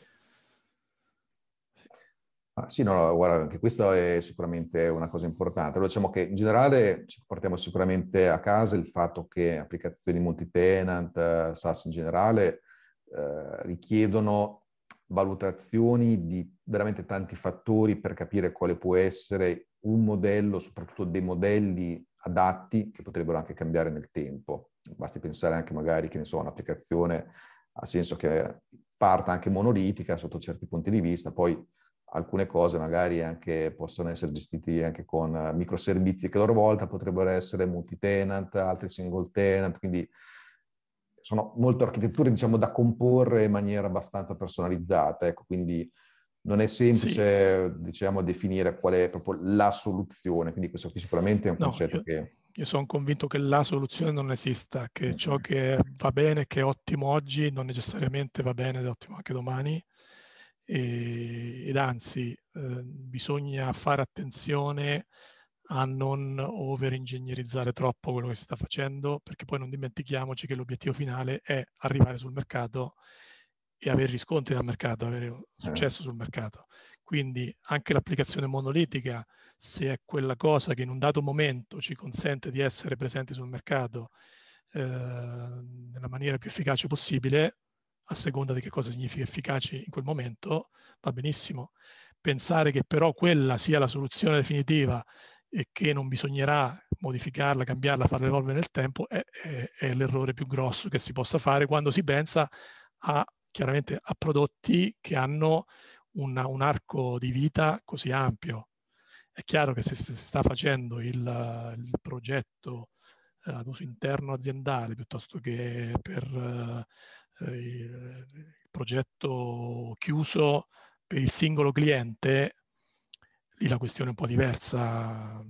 Sì, no, guarda, anche questa è sicuramente una cosa importante. Allora, diciamo che in generale ci portiamo sicuramente a casa il fatto che applicazioni multi-tenant, SaaS in generale, richiedono valutazioni di veramente tanti fattori per capire quale può essere un modello, soprattutto dei modelli adatti che potrebbero anche cambiare nel tempo. Basti pensare anche magari, che ne so, un'applicazione ha senso che parta anche monolitica sotto certi punti di vista, poi alcune cose magari anche possono essere gestite anche con microservizi che a loro volta potrebbero essere multi-tenant, altri single tenant, quindi sono molte architetture, diciamo, da comporre in maniera abbastanza personalizzata, ecco, quindi non è semplice, sì, diciamo, definire qual è proprio la soluzione, quindi questo qui sicuramente è un concetto che Io sono convinto che la soluzione non esista, che ciò che va bene, che è ottimo oggi, non necessariamente va bene ed è ottimo anche domani. Ed anzi, bisogna fare attenzione a non over-ingegnerizzare troppo quello che si sta facendo, perché poi non dimentichiamoci che l'obiettivo finale è arrivare sul mercato e avere riscontri dal mercato, avere successo sul mercato. Quindi anche l'applicazione monolitica, se è quella cosa che in un dato momento ci consente di essere presenti sul mercato nella maniera più efficace possibile, a seconda di che cosa significa efficace in quel momento, va benissimo. Pensare che però quella sia la soluzione definitiva e che non bisognerà modificarla, cambiarla, farla evolvere nel tempo è l'errore più grosso che si possa fare quando si pensa chiaramente a prodotti che hanno un arco di vita così ampio. È chiaro che se si sta facendo il progetto ad uso interno aziendale piuttosto che per il progetto chiuso per il singolo cliente, lì la questione è un po' diversa.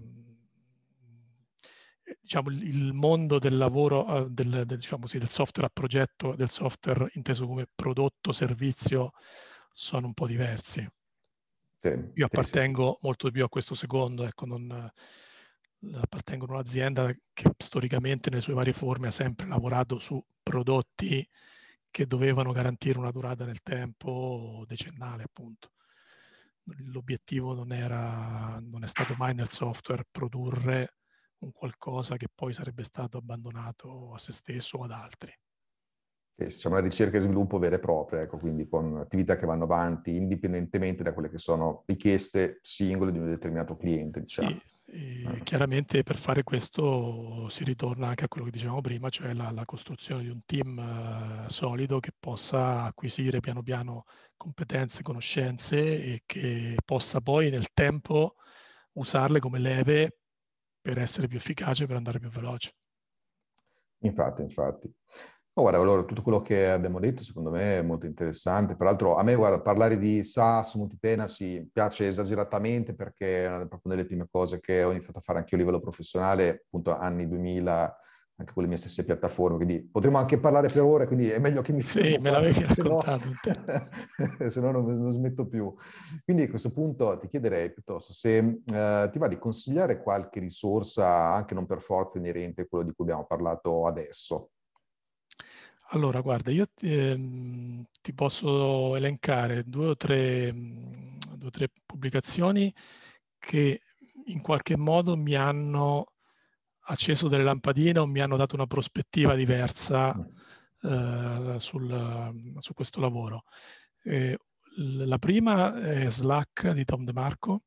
Diciamo, il mondo del lavoro, diciamo così, del software a progetto, del software inteso come prodotto, servizio, sono un po' diversi. Io appartengo molto di più a questo secondo, ecco, appartengo a un'azienda che storicamente nelle sue varie forme ha sempre lavorato su prodotti che dovevano garantire una durata nel tempo decennale, appunto. L'obiettivo non è stato mai nel software produrre un qualcosa che poi sarebbe stato abbandonato a se stesso o ad altri. C'è una ricerca e sviluppo vera e propria, ecco, quindi con attività che vanno avanti indipendentemente da quelle che sono richieste singole di un determinato cliente, diciamo. Sì, chiaramente per fare questo si ritorna anche a quello che dicevamo prima, cioè la costruzione di un team solido che possa acquisire piano piano competenze, conoscenze e che possa poi nel tempo usarle come leve per essere più efficace, per andare più veloce. Infatti. Guarda, allora, tutto quello che abbiamo detto secondo me è molto interessante. Peraltro a me, guarda, parlare di SaaS, multitenancy, piace esageratamente perché è una proprio delle prime cose che ho iniziato a fare anche io a livello professionale, appunto anni 2000, anche con le mie stesse piattaforme. Quindi potremmo anche parlare per ore, quindi è meglio che mi fermo. Sì, me l'avevi qua, raccontato. Se no non smetto più. Quindi a questo punto ti chiederei piuttosto se ti va di consigliare qualche risorsa, anche non per forza inerente a quello di cui abbiamo parlato adesso. Allora, guarda, io ti posso elencare due o tre pubblicazioni che in qualche modo mi hanno acceso delle lampadine o mi hanno dato una prospettiva diversa su questo lavoro. La prima è Slack di Tom DeMarco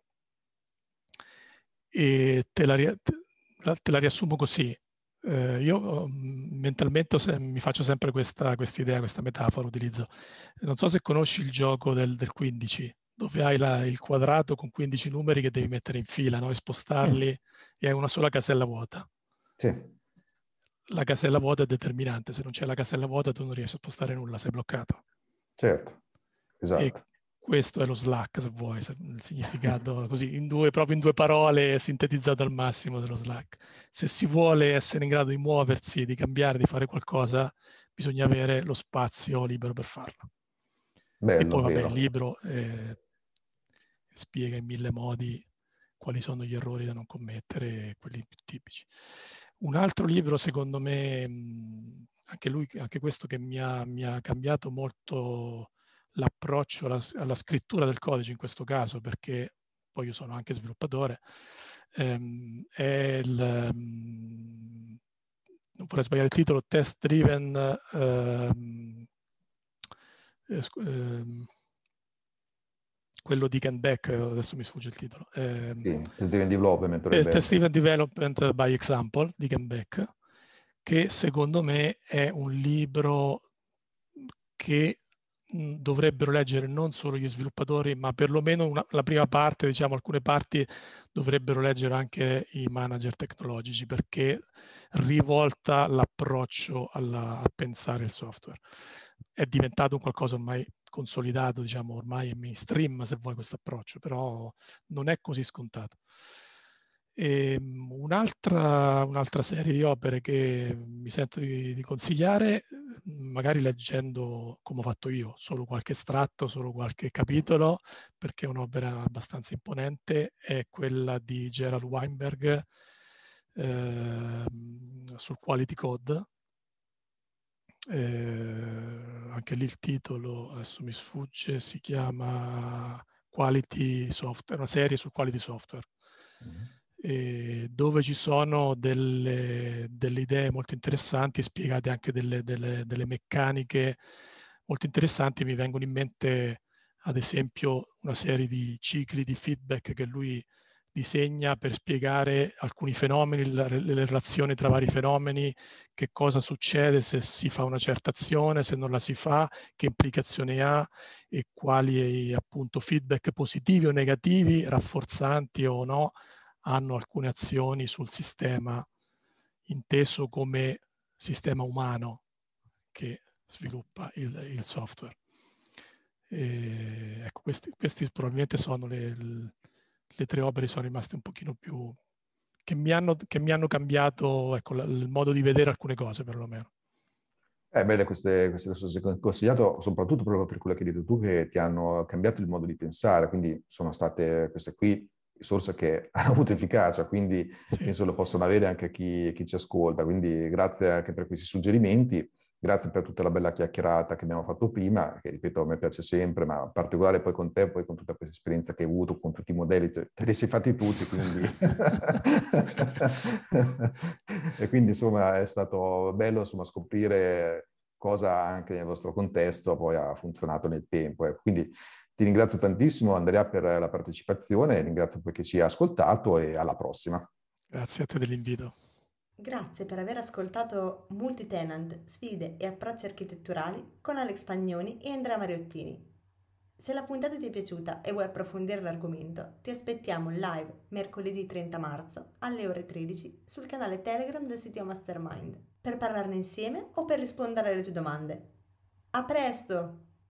e te la riassumo così. Io mentalmente mi faccio sempre questa idea, questa metafora, utilizzo. Non so se conosci il gioco del 15, dove hai il quadrato con 15 numeri che devi mettere in fila, no? E spostarli e hai una sola casella vuota. Sì. La casella vuota è determinante, se non c'è la casella vuota tu non riesci a spostare nulla, sei bloccato. Certo, esatto. E questo è lo Slack, se vuoi, il significato così, proprio in due parole, sintetizzato al massimo dello Slack. Se si vuole essere in grado di muoversi, di cambiare, di fare qualcosa, bisogna avere lo spazio libero per farlo. Bello, e poi, vabbè, vero. il libro spiega in 1000 modi quali sono gli errori da non commettere, quelli più tipici. Un altro libro, secondo me, anche questo che mi ha cambiato molto l'approccio alla scrittura del codice in questo caso, perché poi io sono anche sviluppatore, è non vorrei sbagliare il titolo, Test Driven quello di Ken Beck, adesso mi sfugge il titolo. Sì, Test Driven Development dovrebbe Test essere. Driven Development by Example di Ken Beck, che secondo me è un libro che dovrebbero leggere non solo gli sviluppatori, ma perlomeno la prima parte, diciamo alcune parti dovrebbero leggere anche i manager tecnologici, perché rivolta l'approccio a pensare il software. È diventato un qualcosa ormai consolidato, diciamo ormai è mainstream se vuoi questo approccio, però non è così scontato. E un'altra serie di opere che mi sento di consigliare, magari leggendo, come ho fatto io, solo qualche estratto, solo qualche capitolo, perché è un'opera abbastanza imponente, è quella di Gerald Weinberg sul Quality Code. Anche lì il titolo, adesso mi sfugge, si chiama Quality Software, una serie sul Quality Software, dove ci sono delle idee molto interessanti, spiegate anche delle meccaniche molto interessanti. Mi vengono in mente ad esempio una serie di cicli di feedback che lui disegna per spiegare alcuni fenomeni, le relazioni tra vari fenomeni, che cosa succede se si fa una certa azione, se non la si fa, che implicazioni ha e quali appunto feedback positivi o negativi, rafforzanti o no, hanno alcune azioni sul sistema, inteso come sistema umano che sviluppa il software. Ecco, questi probabilmente sono le 3 opere sono rimaste un pochino più che mi hanno cambiato, ecco, il modo di vedere alcune cose, perlomeno. Belle queste che ho consigliato, soprattutto proprio per quello che hai detto tu, che ti hanno cambiato il modo di pensare, quindi sono state queste qui risorse che hanno avuto efficacia, quindi Sì. penso lo possono avere anche chi ci ascolta, quindi grazie anche per questi suggerimenti. Grazie per tutta la bella chiacchierata che abbiamo fatto prima, che ripeto a me piace sempre, ma in particolare poi con te, poi con tutta questa esperienza che hai avuto, con tutti i modelli, te li sei fatti tutti, quindi... e quindi insomma è stato bello insomma, scoprire cosa anche nel vostro contesto poi ha funzionato nel tempo. Quindi ti ringrazio tantissimo Andrea per la partecipazione, ringrazio poi che ci hai ascoltato e alla prossima. Grazie a te dell'invito. Grazie per aver ascoltato Multitenant, sfide e approcci architetturali con Alex Pagnoni e Andrea Mariottini. Se la puntata ti è piaciuta e vuoi approfondire l'argomento, ti aspettiamo live mercoledì 30 marzo alle ore 13 sul canale Telegram del sito Mastermind per parlarne insieme o per rispondere alle tue domande. A presto!